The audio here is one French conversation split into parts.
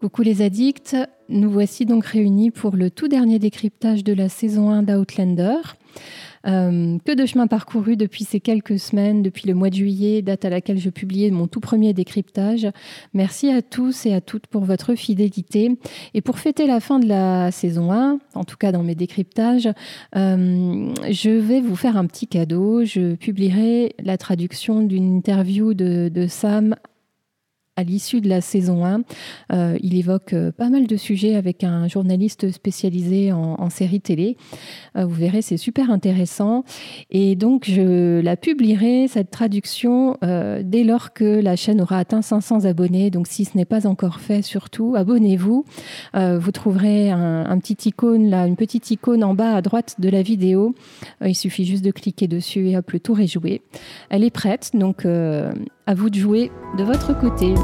Coucou les addicts, nous voici donc réunis pour le tout dernier décryptage de la saison 1 d'Outlander. Que de chemin parcouru depuis ces quelques semaines, depuis le mois de juillet, date à laquelle je publiais mon tout premier décryptage. Merci à tous et à toutes pour votre fidélité. Et pour fêter la fin de la saison 1, en tout cas dans mes décryptages, je vais vous faire un petit cadeau. Je publierai la traduction d'une interview de Sam à l'issue de la saison 1. Il évoque pas mal de sujets avec un journaliste spécialisé en séries télé. Vous verrez, c'est super intéressant. Et donc, je la publierai, cette traduction, dès lors que la chaîne aura atteint 500 abonnés. Donc, si ce n'est pas encore fait, surtout, abonnez-vous. Vous trouverez un petit icône, là, une petite icône en bas à droite de la vidéo. Il suffit juste de cliquer dessus et hop, le tour est joué. Elle est prête, donc à vous de jouer de votre côté.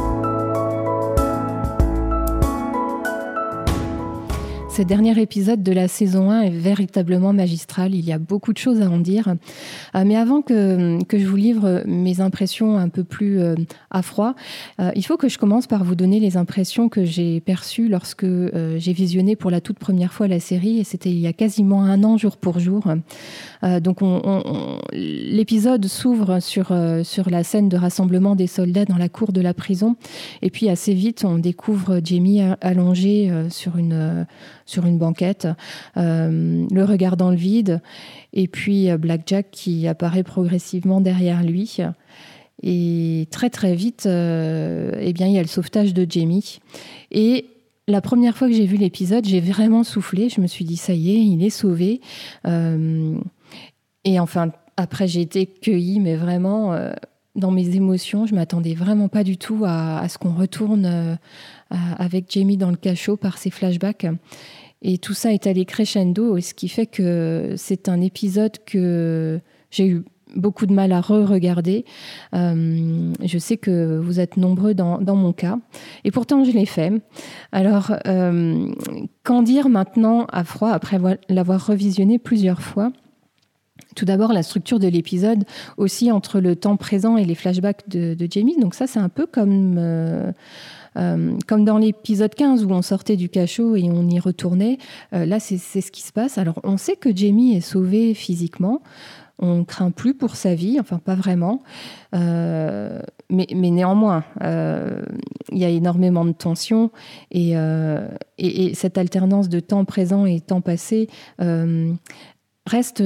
Ce dernier épisode de la saison 1 est véritablement magistral. Il y a beaucoup de choses à en dire. Mais avant que je vous livre mes impressions un peu plus à froid, il faut que je commence par vous donner les impressions que j'ai perçues lorsque j'ai visionné pour la toute première fois la série. Et c'était il y a quasiment un an, jour pour jour. Donc l'épisode s'ouvre sur la scène de rassemblement des soldats dans la cour de la prison. Et puis assez vite, on découvre Jamie allongé sur une banquette, le regard dans le vide, et puis Blackjack qui apparaît progressivement derrière lui. Et très très vite, il y a le sauvetage de Jamie. Et la première fois que j'ai vu l'épisode, j'ai vraiment soufflé. Je me suis dit, ça y est, il est sauvé. Et enfin, après, j'ai été cueillie, mais vraiment, dans mes émotions, je ne m'attendais vraiment pas du tout à ce qu'on retourne avec Jamie dans le cachot par ses flashbacks. Et tout ça est allé crescendo, ce qui fait que c'est un épisode que j'ai eu beaucoup de mal à re-regarder. Je sais que vous êtes nombreux dans mon cas. Et pourtant, je l'ai fait. Alors, qu'en dire maintenant à froid, après l'avoir revisionné plusieurs fois ? Tout d'abord, la structure de l'épisode, aussi entre le temps présent et les flashbacks de Jamie. Donc ça, c'est un peu comme dans l'épisode 15 où on sortait du cachot et on y retournait. Là, c'est ce qui se passe. Alors, on sait que Jamie est sauvé physiquement. On ne craint plus pour sa vie, enfin pas vraiment. Mais néanmoins, il y a énormément de tensions et cette alternance de temps présent et temps passé reste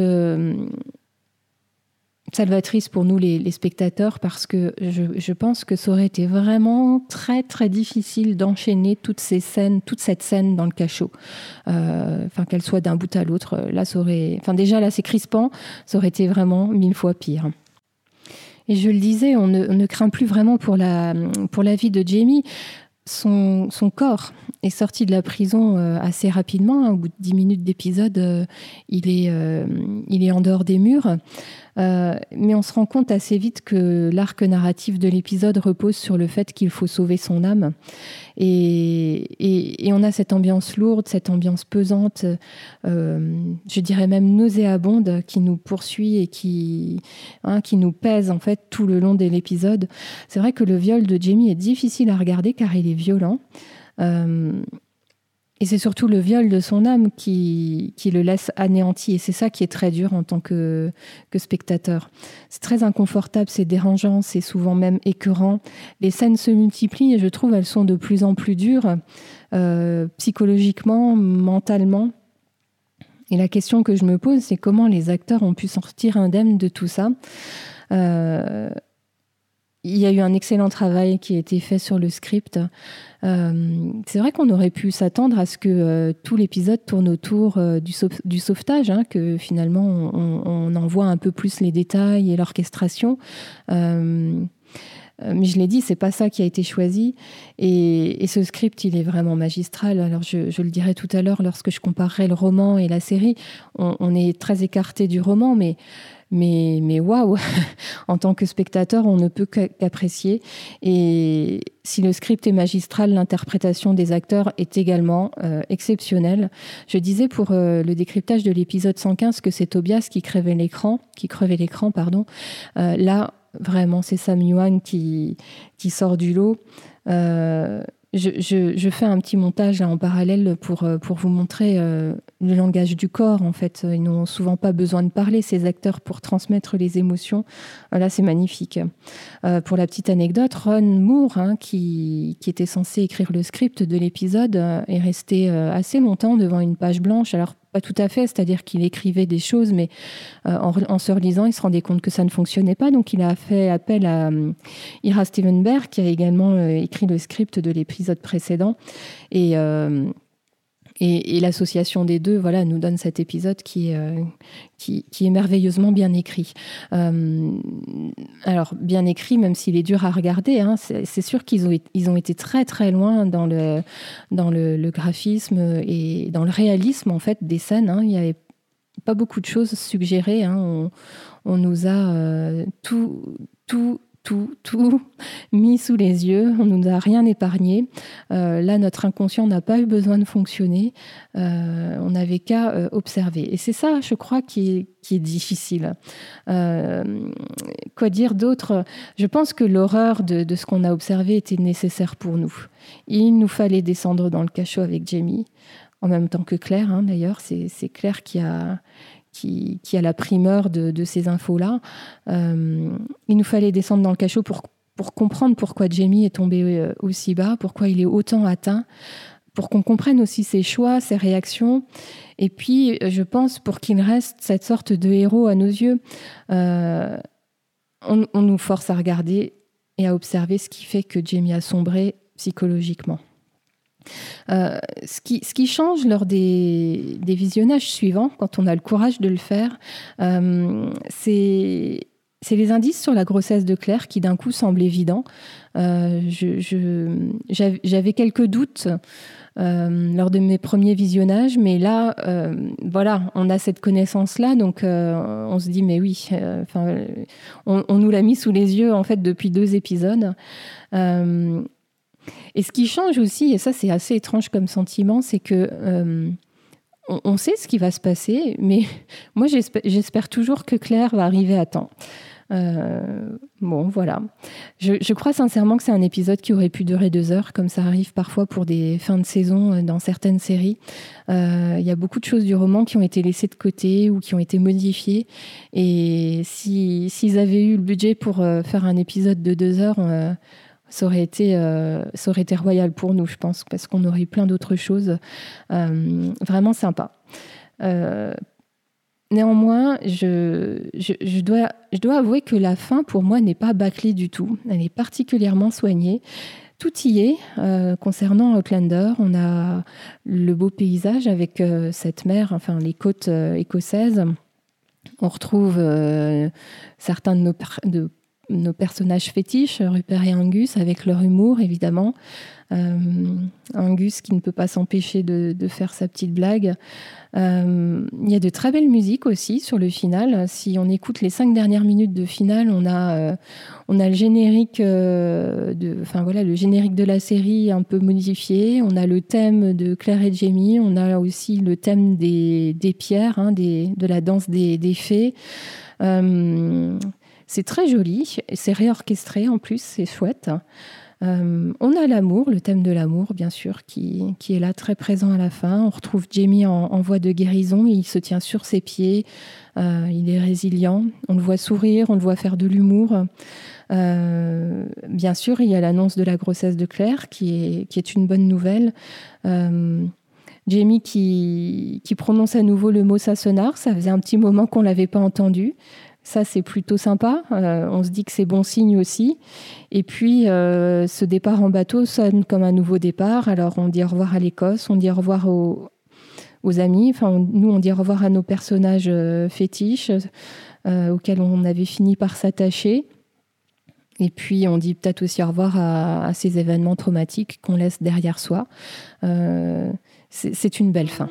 salvatrice pour nous les spectateurs, parce que je pense que ça aurait été vraiment très très difficile d'enchaîner toute cette scène dans le cachot, qu'elle soit d'un bout à l'autre. Là, déjà là c'est crispant, ça aurait été vraiment 1000 fois pire. Et je le disais, on ne craint plus vraiment pour la vie de Jamie. Son corps est sorti de la prison assez rapidement. Au bout de 10 minutes d'épisode, il est en dehors des murs. Mais on se rend compte assez vite que l'arc narratif de l'épisode repose sur le fait qu'il faut sauver son âme. Et on a cette ambiance lourde, cette ambiance pesante, je dirais même nauséabonde, qui nous poursuit et qui nous pèse en fait tout le long de l'épisode. C'est vrai que le viol de Jamie est difficile à regarder car il est violent. Et c'est surtout le viol de son âme qui le laisse anéanti. Et c'est ça qui est très dur en tant que spectateur. C'est très inconfortable, c'est dérangeant, c'est souvent même écœurant. Les scènes se multiplient et je trouve elles sont de plus en plus dures, psychologiquement, mentalement. Et la question que je me pose, c'est comment les acteurs ont pu sortir indemnes de tout ça. Il y a eu un excellent travail qui a été fait sur le script. C'est vrai qu'on aurait pu s'attendre à ce que tout l'épisode tourne autour du sauvetage, que finalement on en voit un peu plus les détails et l'orchestration. Mais je l'ai dit, c'est pas ça qui a été choisi. Et ce script, il est vraiment magistral. Alors je le dirai tout à l'heure lorsque je comparerai le roman et la série. On est très écarté du roman, mais waouh, en tant que spectateur, on ne peut qu'apprécier. Et si le script est magistral, l'interprétation des acteurs est également exceptionnelle. Je disais pour le décryptage de l'épisode 115 que c'est Tobias qui crevait l'écran. Là, vraiment, c'est Sam Yuan qui sort du lot. je fais un petit montage là, en parallèle pour vous montrer le langage du corps. En fait, ils n'ont souvent pas besoin de parler, ces acteurs, pour transmettre les émotions. Là, c'est magnifique. Pour la petite anecdote, Ron Moore, qui était censé écrire le script de l'épisode, est resté assez longtemps devant une page blanche. Alors, pas tout à fait, c'est-à-dire qu'il écrivait des choses, mais en se relisant, il se rendait compte que ça ne fonctionnait pas. Donc, il a fait appel à Ira Stevenberg, qui a également écrit le script de l'épisode précédent. Et l'association des deux, voilà, nous donne cet épisode qui est merveilleusement bien écrit. Alors, bien écrit, même s'il est dur à regarder, c'est sûr qu'ils ont été très très loin dans le graphisme et dans le réalisme en fait des scènes. Il n'y avait pas beaucoup de choses suggérées. On nous a tout mis sous les yeux, on ne nous a rien épargné. Là, notre inconscient n'a pas eu besoin de fonctionner, on n'avait qu'à observer. Et c'est ça, je crois, qui est difficile. Quoi dire d'autre ? Je pense que l'horreur de ce qu'on a observé était nécessaire pour nous. Il nous fallait descendre dans le cachot avec Jamie, en même temps que Claire, d'ailleurs. C'est Claire qui a la primeur de ces infos-là. Il nous fallait descendre dans le cachot pour comprendre pourquoi Jamie est tombé aussi bas, pourquoi il est autant atteint, pour qu'on comprenne aussi ses choix, ses réactions. Et puis, je pense, pour qu'il reste cette sorte de héros à nos yeux, on nous force à regarder et à observer ce qui fait que Jamie a sombré psychologiquement. Ce qui change lors des visionnages suivants, quand on a le courage de le faire, c'est les indices sur la grossesse de Claire qui d'un coup semblent évidents. J'avais quelques doutes lors de mes premiers visionnages, mais là, voilà, on a cette connaissance-là, donc on se dit, mais oui, on nous l'a mis sous les yeux en fait depuis 2 épisodes. Et ce qui change aussi, et ça c'est assez étrange comme sentiment, c'est que on sait ce qui va se passer, mais moi j'espère toujours que Claire va arriver à temps. Bon, voilà. Je crois sincèrement que c'est un épisode qui aurait pu durer 2 heures, comme ça arrive parfois pour des fins de saison dans certaines séries. Il y a beaucoup de choses du roman qui ont été laissées de côté ou qui ont été modifiées. Et s'ils avaient eu le budget pour faire un épisode de 2 heures, ça aurait été royal pour nous, je pense, parce qu'on aurait eu plein d'autres choses vraiment sympas. Néanmoins, je dois avouer que la fin, pour moi, n'est pas bâclée du tout. Elle est particulièrement soignée. Tout y est. Concernant Outlander, on a le beau paysage avec cette mer, enfin les côtes écossaises. On retrouve certains de nos personnages fétiches, Rupert et Angus, avec leur humour, évidemment. Angus qui ne peut pas s'empêcher de faire sa petite blague. Il y a de très belles musiques aussi sur le final. Si on écoute les 5 dernières minutes de finale, on a le générique le générique de la série un peu modifié. On a le thème de Claire et Jamie. On a aussi le thème des pierres, de la danse des fées. C'est très joli, c'est réorchestré en plus, c'est chouette. On a l'amour, le thème de l'amour, bien sûr, qui est là, très présent à la fin. On retrouve Jamie en voie de guérison, il se tient sur ses pieds, il est résilient. On le voit sourire, on le voit faire de l'humour. Bien sûr, il y a l'annonce de la grossesse de Claire, qui est une bonne nouvelle. Jamie qui prononce à nouveau le mot Sassenach, ça faisait un petit moment qu'on ne l'avait pas entendu. Ça, c'est plutôt sympa. On se dit que c'est bon signe aussi. Et puis, ce départ en bateau sonne comme un nouveau départ. Alors, on dit au revoir à l'Écosse, on dit au revoir aux amis. Enfin, nous, on dit au revoir à nos personnages fétiches auxquels on avait fini par s'attacher. Et puis, on dit peut-être aussi au revoir à ces événements traumatiques qu'on laisse derrière soi. C'est une belle fin.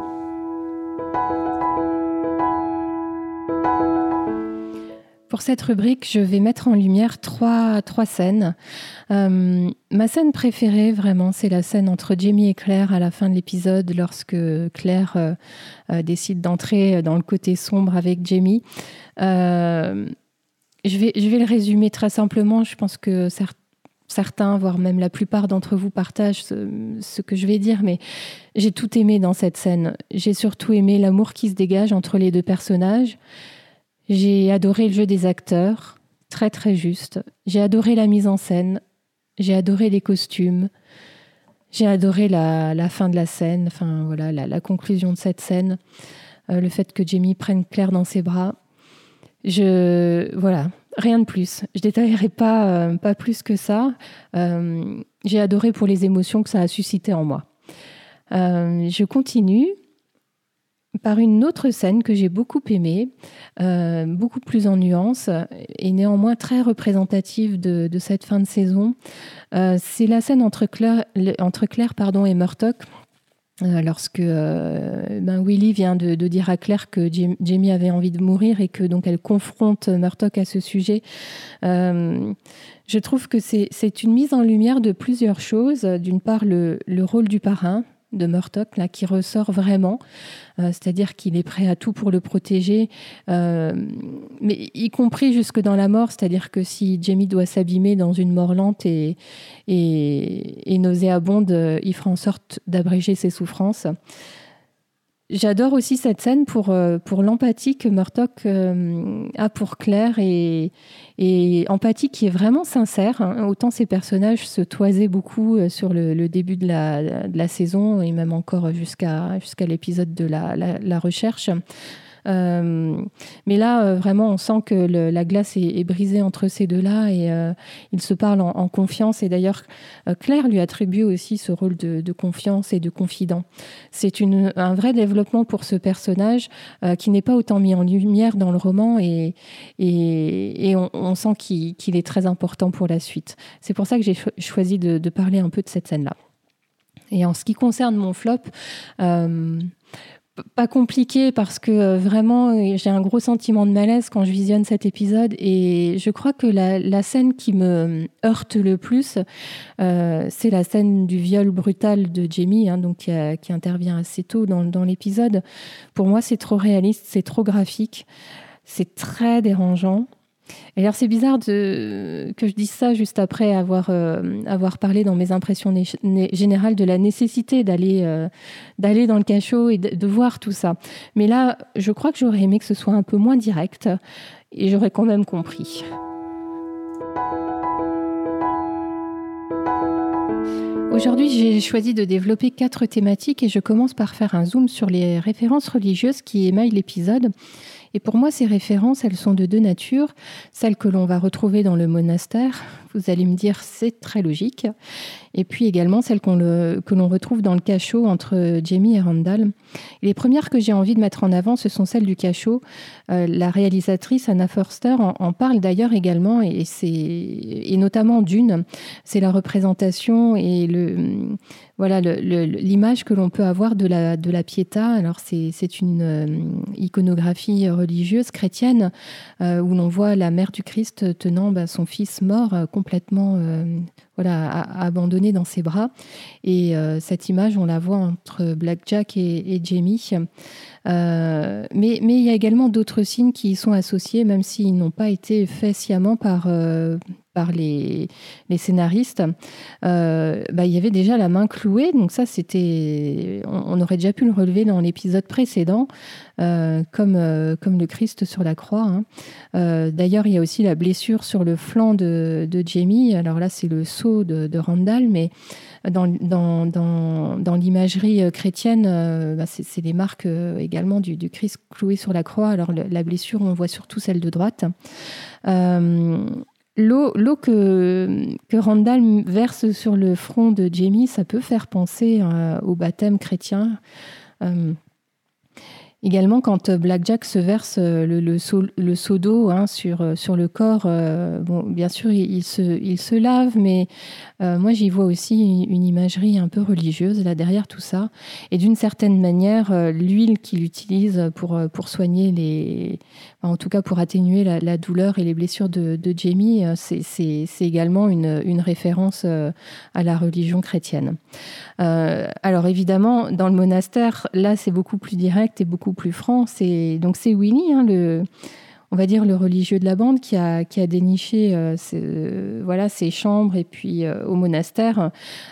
Pour cette rubrique, je vais mettre en lumière trois scènes. Ma scène préférée, vraiment, c'est la scène entre Jamie et Claire à la fin de l'épisode, lorsque Claire décide d'entrer dans le côté sombre avec Jamie. Je vais le résumer très simplement. Je pense que certains, voire même la plupart d'entre vous partagent ce que je vais dire, mais j'ai tout aimé dans cette scène. J'ai surtout aimé l'amour qui se dégage entre les deux personnages. J'ai adoré le jeu des acteurs, très très juste. J'ai adoré la mise en scène. J'ai adoré les costumes. J'ai adoré la fin de la scène, enfin voilà, la conclusion de cette scène. Le fait que Jamie prenne Claire dans ses bras. Voilà, rien de plus. Je détaillerai pas plus que ça. J'ai adoré pour les émotions que ça a suscité en moi. Je continue par une autre scène que j'ai beaucoup aimée, beaucoup plus en nuances et néanmoins très représentative de cette fin de saison. C'est la scène entre Claire et Murtock. Lorsque Willy vient de dire à Claire que Jamie avait envie de mourir et que donc elle confronte Murtock à ce sujet. Je trouve que c'est une mise en lumière de plusieurs choses. D'une part, le rôle du parrain de Murtock, là, qui ressort vraiment, c'est-à-dire qu'il est prêt à tout pour le protéger, mais y compris jusque dans la mort, c'est-à-dire que si Jamie doit s'abîmer dans une mort lente et nauséabonde, il fera en sorte d'abréger ses souffrances. J'adore aussi cette scène pour l'empathie que Murtock a pour Claire et empathie qui est vraiment sincère. Hein. Autant ces personnages se toisaient beaucoup sur le début de la saison et même encore jusqu'à l'épisode de la recherche. Mais là, vraiment, on sent que la glace est brisée entre ces deux-là et ils se parlent en confiance. Et d'ailleurs, Claire lui attribue aussi ce rôle de confiance et de confident. C'est un vrai développement pour ce personnage qui n'est pas autant mis en lumière dans le roman et on sent qu'il est très important pour la suite. C'est pour ça que j'ai choisi de parler un peu de cette scène-là. Et en ce qui concerne mon flop, pas compliqué parce que vraiment j'ai un gros sentiment de malaise quand je visionne cet épisode et je crois que la scène qui me heurte le plus c'est la scène du viol brutal de Jamie, hein, donc qui intervient assez tôt dans l'épisode. Pour moi c'est trop réaliste, c'est trop graphique, c'est très dérangeant. Et alors c'est bizarre que je dise ça juste après avoir parlé dans mes impressions générales de la nécessité d'aller dans le cachot et de voir tout ça. Mais là, je crois que j'aurais aimé que ce soit un peu moins direct et j'aurais quand même compris. Aujourd'hui, j'ai choisi de développer 4 thématiques et je commence par faire un zoom sur les références religieuses qui émaillent l'épisode. Et pour moi, ces références, elles sont de 2 natures. Celles que l'on va retrouver dans le monastère, vous allez me dire, c'est très logique. Et puis également celles que l'on retrouve dans le cachot entre Jamie et Randall. Et les premières que j'ai envie de mettre en avant, ce sont celles du cachot. La réalisatrice Anna Forster en parle d'ailleurs également, et notamment d'une. C'est la représentation et l'image que l'on peut avoir de la Pietà. Alors c'est une iconographie religieuse chrétienne où l'on voit la mère du Christ tenant son fils mort complètement abandonné dans ses bras. Et cette image, on la voit entre Blackjack et Jamie. Mais il y a également d'autres signes qui y sont associés, même s'ils n'ont pas été faits sciemment par les scénaristes. Il y avait déjà la main clouée, donc ça on aurait déjà pu le relever dans l'épisode précédent, comme le Christ sur la croix. Hein. D'ailleurs, il y a aussi la blessure sur le flanc de Jamie. Alors là, c'est le sceau de Randall, mais dans l'imagerie chrétienne, c'est les marques également du Christ cloué sur la croix. Alors la blessure, on voit surtout celle de droite. L'eau que Randall verse sur le front de Jamie, ça peut faire penser au baptême chrétien. Également, quand Blackjack se verse le seau d'eau sur le corps, bien sûr, il se lave, mais moi, j'y vois aussi une imagerie un peu religieuse là derrière tout ça. Et d'une certaine manière, l'huile qu'il utilise pour soigner en tout cas pour atténuer la douleur et les blessures de Jamie, c'est également une référence à la religion chrétienne. Alors évidemment, dans le monastère, là, c'est beaucoup plus direct et beaucoup plus franc. Donc c'est Winnie, hein, on va dire, le religieux de la bande qui a déniché ces chambres et puis au monastère.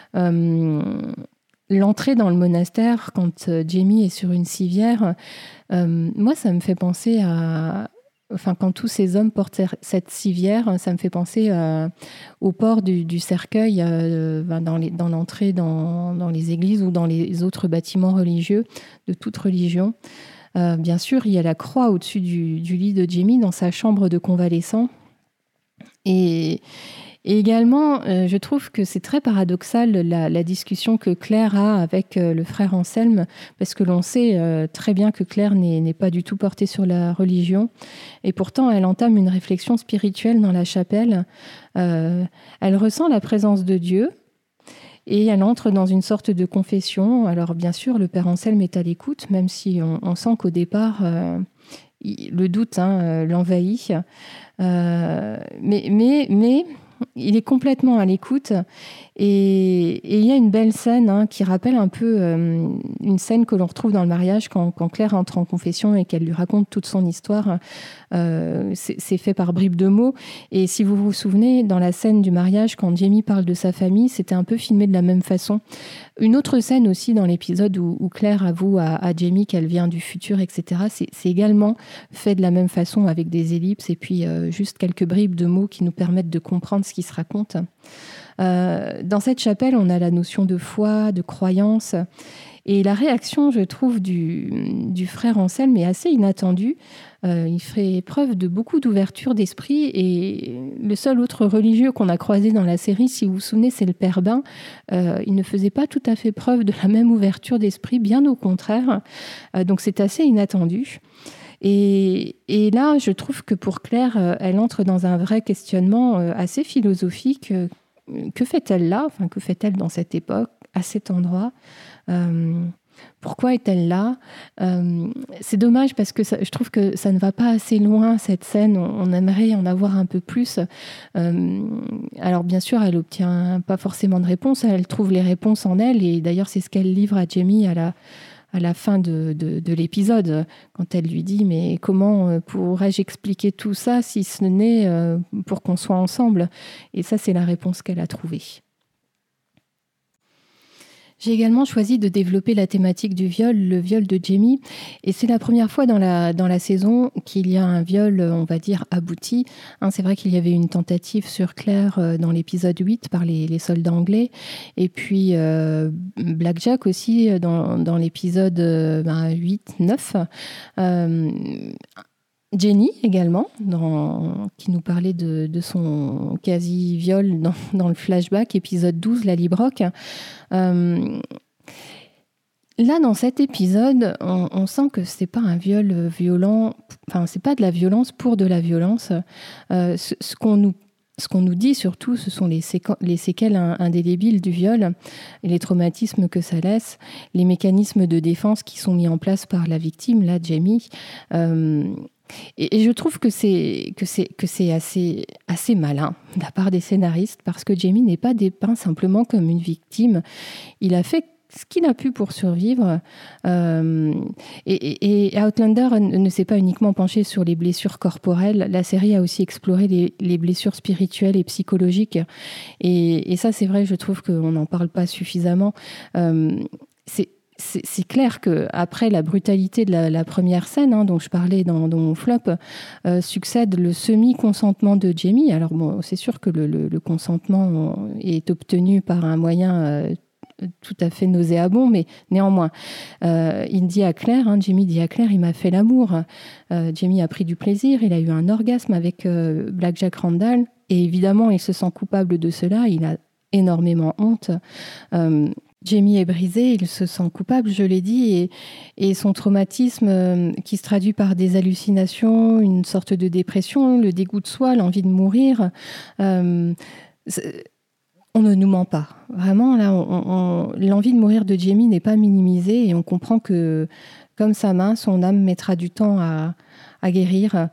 L'entrée dans le monastère, quand Jamie est sur une civière, moi, ça me fait penser à... Enfin, quand tous ces hommes portent cette civière, ça me fait penser au port du cercueil dans l'entrée dans les églises ou dans les autres bâtiments religieux de toute religion. Bien sûr, il y a la croix au-dessus du lit de Jamie dans sa chambre de convalescent. Et également, je trouve que c'est très paradoxal la discussion que Claire a avec le frère Anselme, parce que l'on sait très bien que Claire n'est pas du tout portée sur la religion, et pourtant elle entame une réflexion spirituelle dans la chapelle. Elle ressent la présence de Dieu, et elle entre dans une sorte de confession. Alors bien sûr, le père Anselme est à l'écoute, même si on sent qu'au départ, le doute l'envahit. Mais il est complètement à l'écoute. Et il y a une belle scène qui rappelle un peu une scène que l'on retrouve dans le mariage quand Claire entre en confession et qu'elle lui raconte toute son histoire. C'est fait par bribes de mots. Et si vous vous souvenez, dans la scène du mariage, quand Jamie parle de sa famille, c'était un peu filmé de la même façon. Une autre scène aussi dans l'épisode où Claire avoue à Jamie qu'elle vient du futur, etc. C'est également fait de la même façon, avec des ellipses et puis juste quelques bribes de mots qui nous permettent de comprendre ce qui se raconte. Dans cette chapelle, on a la notion de foi, de croyance. Et la réaction, je trouve, du frère Anselme est assez inattendue. Il fait preuve de beaucoup d'ouverture d'esprit. Et le seul autre religieux qu'on a croisé dans la série, si vous vous souvenez, c'est le père Bain. Il ne faisait pas tout à fait preuve de la même ouverture d'esprit, bien au contraire. Donc c'est assez inattendu. Et là, je trouve que pour Claire, elle entre dans un vrai questionnement assez philosophique. Que fait-elle là ? Enfin, que fait-elle dans cette époque, à cet endroit ? Pourquoi est-elle là ? C'est dommage parce que je trouve que ça ne va pas assez loin, cette scène. On aimerait en avoir un peu plus. Alors bien sûr, elle n'obtient pas forcément de réponse. Elle trouve les réponses en elle. Et d'ailleurs, c'est ce qu'elle livre à Jamie à la fin de l'épisode, quand elle lui dit « Mais comment pourrais-je expliquer tout ça si ce n'est pour qu'on soit ensemble ?» Et ça, c'est la réponse qu'elle a trouvée. J'ai également choisi de développer la thématique du viol, le viol de Jamie. Et c'est la première fois dans la saison qu'il y a un viol, on va dire, abouti. C'est vrai qu'il y avait une tentative sur Claire dans l'épisode 8 par les soldats anglais. Et puis Blackjack aussi dans l'épisode 8-9. Jenny également, qui nous parlait de son quasi-viol dans le flashback, épisode 12, la Librock. Là, dans cet épisode, on sent que c'est pas un viol violent, enfin, c'est pas de la violence pour de la violence. Ce qu'on nous dit surtout, ce sont les séquelles indélébiles du viol, et les traumatismes que ça laisse, les mécanismes de défense qui sont mis en place par la victime, là, Jamie. Et je trouve que c'est assez malin de la part des scénaristes, parce que Jamie n'est pas dépeint simplement comme une victime. Il a fait ce qu'il a pu pour survivre. Et Outlander ne s'est pas uniquement penché sur les blessures corporelles. La série a aussi exploré les blessures spirituelles et psychologiques. Et ça, c'est vrai, je trouve qu'on n'en parle pas suffisamment. C'est clair qu'après la brutalité de la première scène, dont je parlais dans mon flop, succède le semi-consentement de Jamie. Alors bon, c'est sûr que le consentement est obtenu par un moyen tout à fait nauséabond, mais néanmoins, il dit à Claire, Jamie dit à Claire, il m'a fait l'amour. Jamie a pris du plaisir, il a eu un orgasme avec Blackjack Randall, et évidemment, il se sent coupable de cela, il a énormément honte. Jamie est brisé, il se sent coupable, je l'ai dit, et son traumatisme qui se traduit par des hallucinations, une sorte de dépression, le dégoût de soi, l'envie de mourir. On ne nous ment pas. Vraiment, là, l'envie de mourir de Jamie n'est pas minimisée, et on comprend que, comme sa main, son âme mettra du temps à guérir.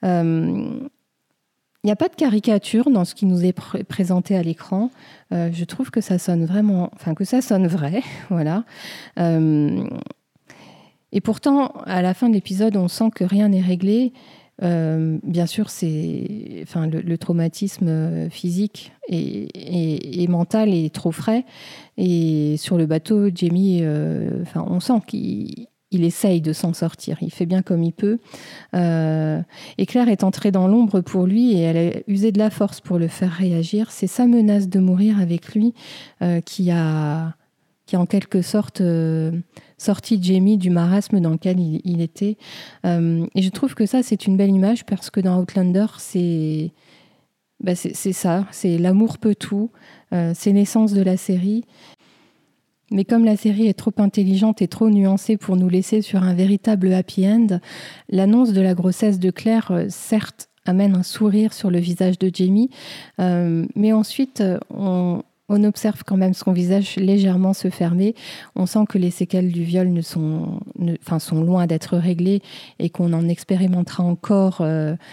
Il n'y a pas de caricature dans ce qui nous est présenté à l'écran. Je trouve que ça sonne vraiment, que ça sonne vrai, voilà. Et pourtant, à la fin de l'épisode, on sent que rien n'est réglé. bien sûr, le traumatisme physique et mental est trop frais. Et sur le bateau, Jamie, on sent qu'il essaye de s'en sortir. Il fait bien comme il peut. Et Claire est entrée dans l'ombre pour lui et elle a usé de la force pour le faire réagir. C'est sa menace de mourir avec lui qui a en quelque sorte sorti Jamie du marasme dans lequel il était. Et je trouve que ça, c'est une belle image parce que dans Outlander, c'est ça, c'est l'amour peut tout, c'est l'essence de la série. Mais comme la série est trop intelligente et trop nuancée pour nous laisser sur un véritable happy end, l'annonce de la grossesse de Claire, certes, amène un sourire sur le visage de Jamie, mais ensuite, on observe quand même son visage légèrement se fermer. On sent que les séquelles du viol sont loin d'être réglées et qu'on en expérimentera encore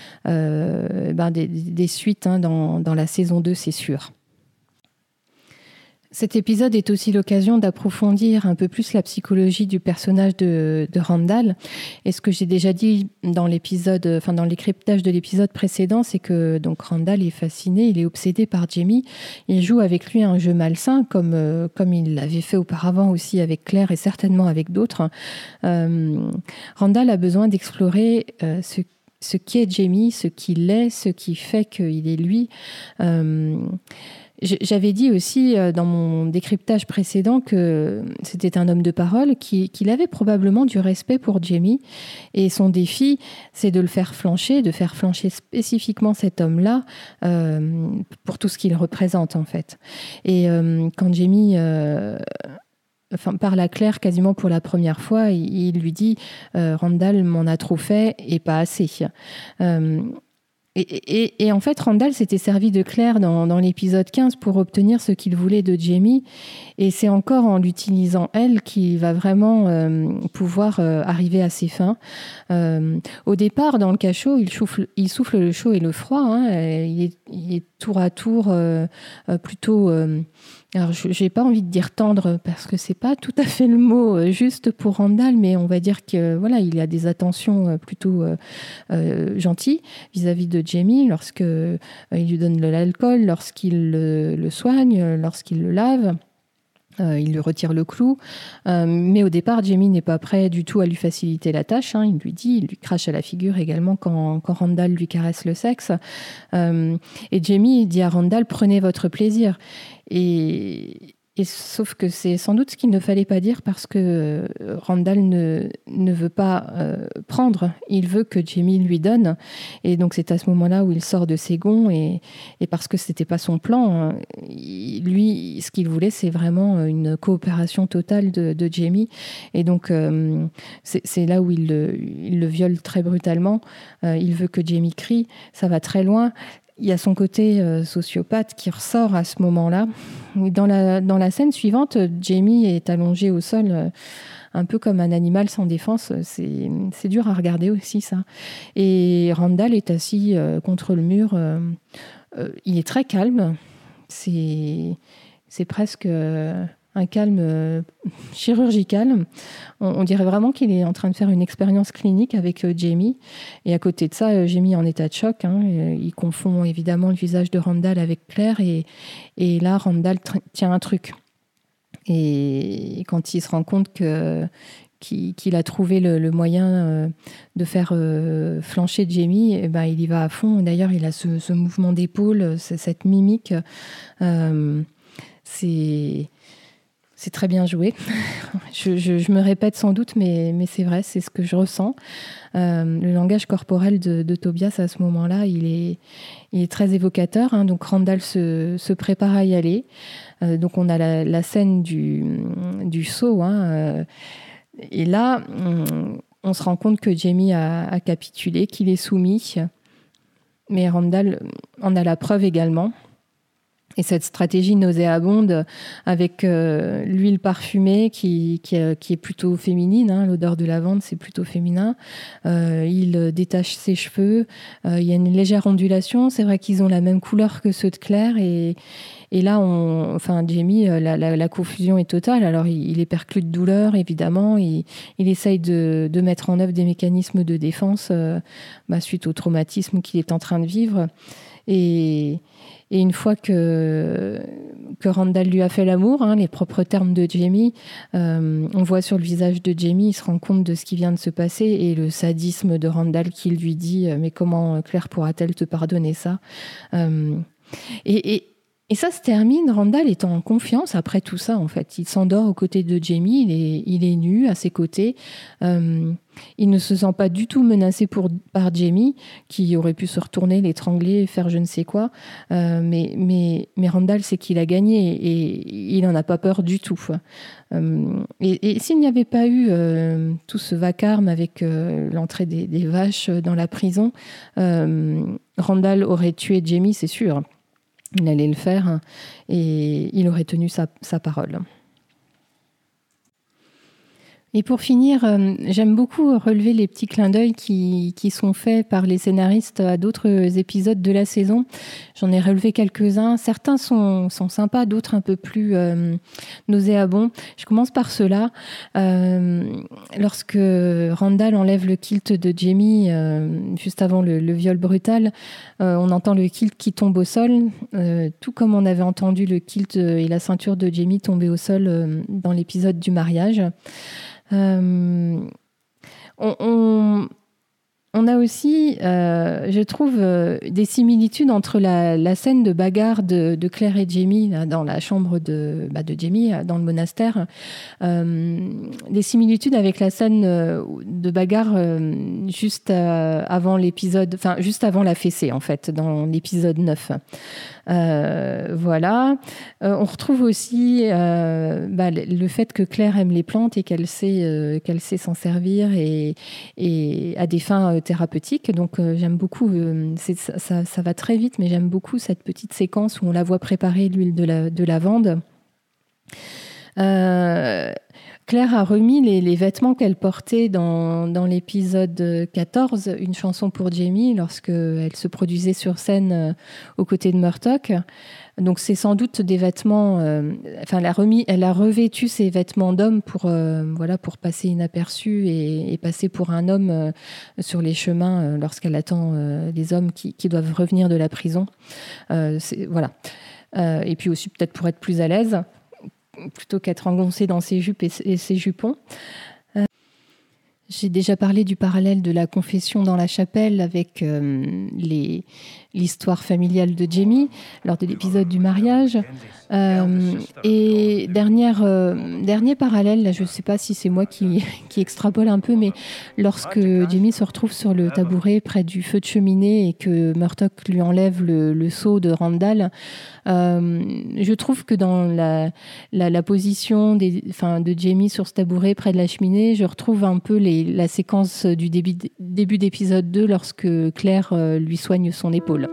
des suites dans la saison 2, c'est sûr. Cet épisode est aussi l'occasion d'approfondir un peu plus la psychologie du personnage de Randall. Et ce que j'ai déjà dit dans le décryptage de l'épisode précédent, c'est que donc Randall est fasciné, il est obsédé par Jamie. Il joue avec lui un jeu malsain, comme il l'avait fait auparavant aussi avec Claire et certainement avec d'autres. Randall a besoin d'explorer ce qu'est Jamie, ce qu'il est, ce qui fait qu'il est lui. J'avais dit aussi dans mon décryptage précédent que c'était un homme de parole, qu'il avait probablement du respect pour Jamie. Et son défi, c'est de faire flancher spécifiquement cet homme-là pour tout ce qu'il représente en fait. Et quand Jamie parle à Claire quasiment pour la première fois, il lui dit Randall m'en a trop fait et pas assez. Et en fait, Randall s'était servi de Claire dans l'épisode 15 pour obtenir ce qu'il voulait de Jamie. Et c'est encore en l'utilisant, elle, qu'il va vraiment pouvoir arriver à ses fins. Au départ, dans le cachot, il souffle le chaud et le froid. Hein, il est tour à tour plutôt... alors, je n'ai pas envie de dire tendre parce que c'est pas tout à fait le mot juste pour Randall, mais on va dire que voilà, il a des attentions plutôt gentilles vis-à-vis de Jamie lorsque il lui donne de l'alcool, lorsqu'il le soigne, lorsqu'il le lave. Il lui retire le clou, mais au départ, Jamie n'est pas prêt du tout à lui faciliter la tâche. Hein. Il lui crache à la figure également quand Randall lui caresse le sexe. Et Jamie dit à Randall, prenez votre plaisir. Et sauf que c'est sans doute ce qu'il ne fallait pas dire parce que Randall ne veut pas prendre, il veut que Jamie lui donne. Et donc c'est à ce moment-là où il sort de ses gonds et parce que c'était pas son plan, lui, ce qu'il voulait, c'est vraiment une coopération totale de Jamie. Et donc c'est là où il le viole très brutalement. Il veut que Jamie crie, ça va très loin. Il y a son côté sociopathe qui ressort à ce moment-là. Dans la scène suivante, Jamie est allongé au sol, un peu comme un animal sans défense. C'est dur à regarder aussi, ça. Et Randall est assis contre le mur. Il est très calme. C'est presque un calme chirurgical. On dirait vraiment qu'il est en train de faire une expérience clinique avec Jamie. Et à côté de ça, Jamie est en état de choc. Hein. Il confond évidemment le visage de Randall avec Claire. Et là, Randall tient un truc. Et quand il se rend compte qu'il a trouvé le moyen de faire flancher Jamie, et ben, il y va à fond. D'ailleurs, il a ce mouvement d'épaule, cette mimique. C'est très bien joué. Je me répète sans doute, mais c'est vrai, c'est ce que je ressens. Le langage corporel de Tobias à ce moment-là, il est très évocateur. Hein. Donc Randall se prépare à y aller. Donc on a la scène du saut. Hein. Et là, on se rend compte que Jamie a capitulé, qu'il est soumis. Mais Randall en a la preuve également. Et cette stratégie nauséabonde avec l'huile parfumée qui est plutôt féminine, hein, l'odeur de lavande, c'est plutôt féminin. Il détache ses cheveux. Il y a une légère ondulation. C'est vrai qu'ils ont la même couleur que ceux de Claire. Et là, Jamie, la confusion est totale. Alors, il est perclus de douleur, évidemment. Il essaye de mettre en œuvre des mécanismes de défense suite au traumatisme qu'il est en train de vivre. Et une fois que Randall lui a fait l'amour, hein, les propres termes de Jamie, on voit sur le visage de Jamie, il se rend compte de ce qui vient de se passer et le sadisme de Randall qui lui dit « Mais comment Claire pourra-t-elle te pardonner ça ?» Et ça se termine, Randall étant en confiance après tout ça, en fait. Il s'endort aux côtés de Jamie, il est nu à ses côtés. Il ne se sent pas du tout menacé par Jamie, qui aurait pu se retourner, l'étrangler, faire je ne sais quoi. Mais Randall sait qu'il a gagné et il n'en a pas peur du tout. Et s'il n'y avait pas eu tout ce vacarme avec l'entrée des vaches dans la prison, Randall aurait tué Jamie, c'est sûr. Il allait le faire et il aurait tenu sa parole. Et pour finir, j'aime beaucoup relever les petits clins d'œil qui sont faits par les scénaristes à d'autres épisodes de la saison. J'en ai relevé quelques-uns. Certains sont sympas, d'autres un peu plus nauséabonds. Je commence par ceux-là. Lorsque Randall enlève le kilt de Jamie, juste avant le viol brutal, on entend le kilt qui tombe au sol, tout comme on avait entendu le kilt et la ceinture de Jamie tomber au sol dans l'épisode du mariage. On a aussi, je trouve, des similitudes entre la scène de bagarre de Claire et Jamie là, dans la chambre de Jamie, dans le monastère, des similitudes avec la scène de bagarre juste avant l'épisode, enfin juste avant la fessée en fait, dans l'épisode 9. Voilà. On retrouve aussi le fait que Claire aime les plantes et qu'elle sait s'en servir et à des fins thérapeutiques. Donc j'aime beaucoup, ça va très vite, mais j'aime beaucoup cette petite séquence où on la voit préparer l'huile de lavande. Claire a remis les vêtements qu'elle portait dans l'épisode 14, Une chanson pour Jamie, lorsqu'elle se produisait sur scène aux côtés de Murtock. Donc c'est sans doute des vêtements... elle a revêtu ses vêtements d'homme pour passer inaperçue et passer pour un homme sur les chemins lorsqu'elle attend les hommes qui doivent revenir de la prison. Voilà. Et puis aussi peut-être pour être plus à l'aise, plutôt qu'être engoncée dans ses jupes et ses jupons. J'ai déjà parlé du parallèle de la confession dans la chapelle avec l'histoire familiale de Jamie lors de l'épisode du mariage. Et dernier parallèle, là, je ne sais pas si c'est moi qui extrapole un peu, mais lorsque Jamie se retrouve sur le tabouret près du feu de cheminée et que Murtock lui enlève le seau de Randall, je trouve que dans la position de Jamie sur ce tabouret près de la cheminée, je retrouve un peu la séquence du début d'épisode 2 lorsque Claire lui soigne son épaule.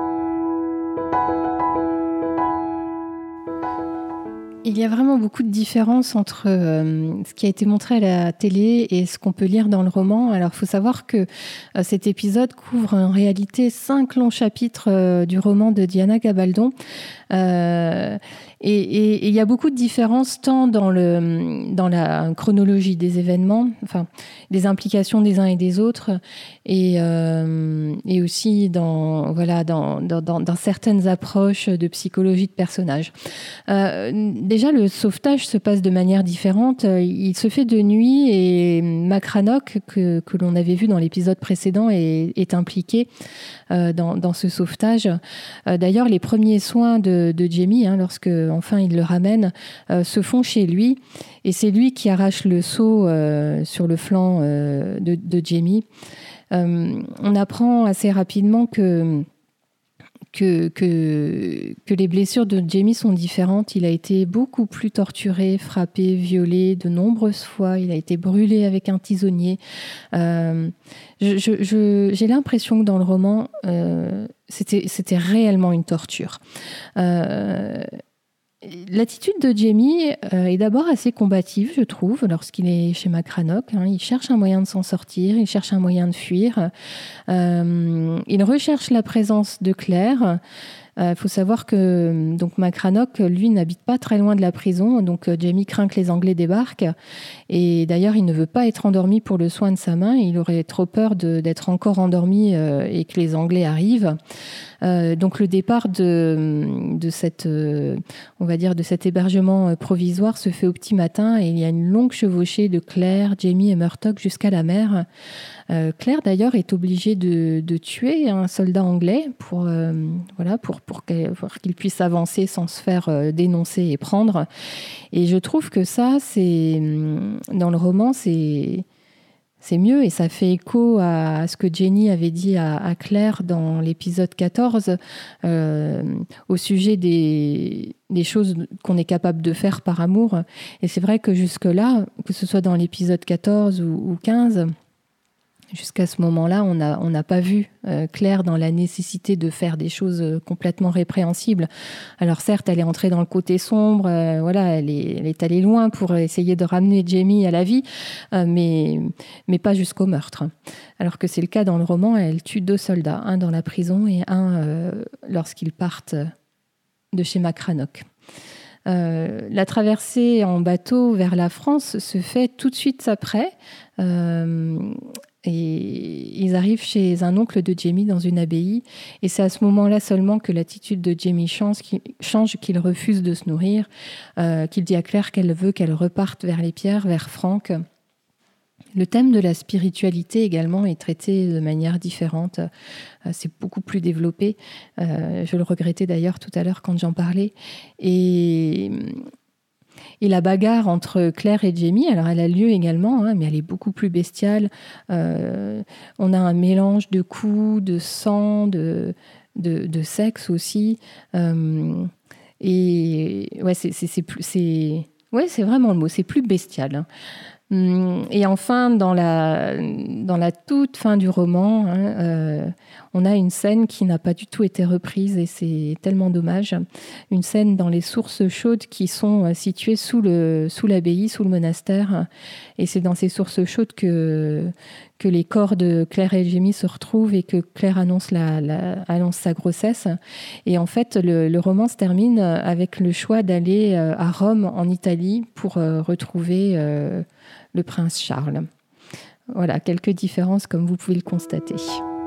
Il y a vraiment beaucoup de différences entre ce qui a été montré à la télé et ce qu'on peut lire dans le roman. Alors, il faut savoir que cet épisode couvre en réalité 5 longs chapitres du roman de Diana Gabaldon. Et il y a beaucoup de différences tant dans la chronologie des événements, enfin des implications des uns et des autres, et aussi dans certaines approches de psychologie de personnages. Déjà, le sauvetage se passe de manière différente. Il se fait de nuit et Macranock, que l'on avait vu dans l'épisode précédent, est impliqué dans ce sauvetage. D'ailleurs, les premiers soins de Jamie, lorsque enfin il le ramène, se font chez lui, et c'est lui qui arrache le seau sur le flanc de Jamie. On apprend assez rapidement que que les blessures de Jamie sont différentes. Il a été beaucoup plus torturé, frappé, violé de nombreuses fois. Il a été brûlé avec un tisonnier. J'ai l'impression que dans le roman, c'était réellement une torture. L'attitude de Jamie est d'abord assez combative, je trouve, lorsqu'il est chez McCrannock. Il cherche un moyen de s'en sortir, il cherche un moyen de fuir. Il recherche la présence de Claire. Il faut savoir que donc McCrannock, lui, n'habite pas très loin de la prison. Donc Jamie craint que les Anglais débarquent. Et d'ailleurs, il ne veut pas être endormi pour le soin de sa main. Il aurait trop peur d'être encore endormi et que les Anglais arrivent. Donc le départ de cet hébergement provisoire se fait au petit matin et il y a une longue chevauchée de Claire, Jamie et Murtock jusqu'à la mer. Claire d'ailleurs est obligée de tuer un soldat anglais pour qu'il puisse avancer sans se faire dénoncer et prendre. Et je trouve que ça, dans le roman, c'est mieux et ça fait écho à ce que Jenny avait dit à Claire dans l'épisode 14 au sujet des choses qu'on est capable de faire par amour. Et c'est vrai que jusque-là, que ce soit dans l'épisode 14 ou 15, jusqu'à ce moment-là, on n'a pas vu Claire dans la nécessité de faire des choses complètement répréhensibles. Alors certes, elle est entrée dans le côté sombre, elle est allée loin pour essayer de ramener Jamie à la vie, mais pas jusqu'au meurtre. Alors que c'est le cas dans le roman, elle tue 2 soldats, un dans la prison et un lorsqu'ils partent de chez McCrannock. La traversée en bateau vers la France se fait tout de suite après. Et ils arrivent chez un oncle de Jamie dans une abbaye. Et c'est à ce moment-là seulement que l'attitude de Jamie change, qu'il refuse de se nourrir, qu'il dit à Claire qu'elle veut qu'elle reparte vers les pierres, vers Franck. Le thème de la spiritualité également est traité de manière différente. C'est beaucoup plus développé. Je le regrettais d'ailleurs tout à l'heure quand j'en parlais. Et la bagarre entre Claire et Jamie, alors elle a lieu également, mais elle est beaucoup plus bestiale. On a un mélange de coups, de sang, de sexe aussi. Et ouais, c'est vraiment le mot, c'est plus bestial. Et enfin, dans la toute fin du roman, on a une scène qui n'a pas du tout été reprise et c'est tellement dommage. Une scène dans les sources chaudes qui sont situées sous l'abbaye, sous le monastère. Et c'est dans ces sources chaudes que les corps de Claire et Jamie se retrouvent et que Claire annonce sa grossesse. Et en fait, le roman se termine avec le choix d'aller à Rome, en Italie, pour retrouver le prince Charles. Voilà, quelques différences comme vous pouvez le constater.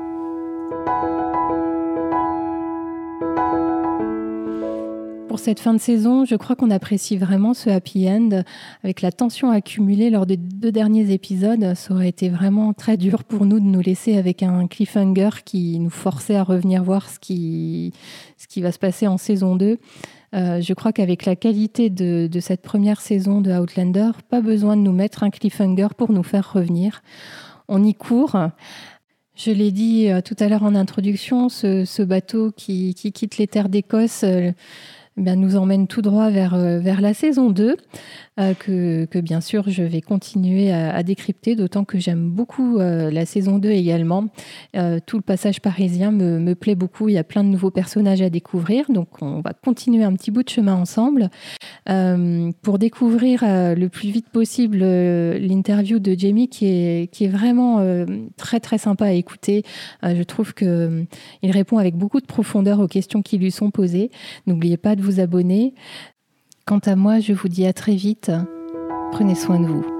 Pour cette fin de saison, je crois qu'on apprécie vraiment ce happy end. Avec la tension accumulée lors des 2 derniers épisodes, ça aurait été vraiment très dur pour nous de nous laisser avec un cliffhanger qui nous forçait à revenir voir ce qui va se passer en saison 2. Je crois qu'avec la qualité de cette première saison de Outlander, pas besoin de nous mettre un cliffhanger pour nous faire revenir. On y court. Je l'ai dit tout à l'heure en introduction, ce bateau qui quitte les terres d'Écosse nous emmène tout droit vers la saison 2, que bien sûr je vais continuer à décrypter, d'autant que j'aime beaucoup la saison 2 également. Tout le passage parisien me plaît beaucoup, il y a plein de nouveaux personnages à découvrir, donc on va continuer un petit bout de chemin ensemble. Pour découvrir le plus vite possible l'interview de Jamie qui est vraiment très très sympa à écouter. Je trouve qu'il répond avec beaucoup de profondeur aux questions qui lui sont posées. N'oubliez pas de vous abonner. Quant à moi, je vous dis à très vite. Prenez soin de vous.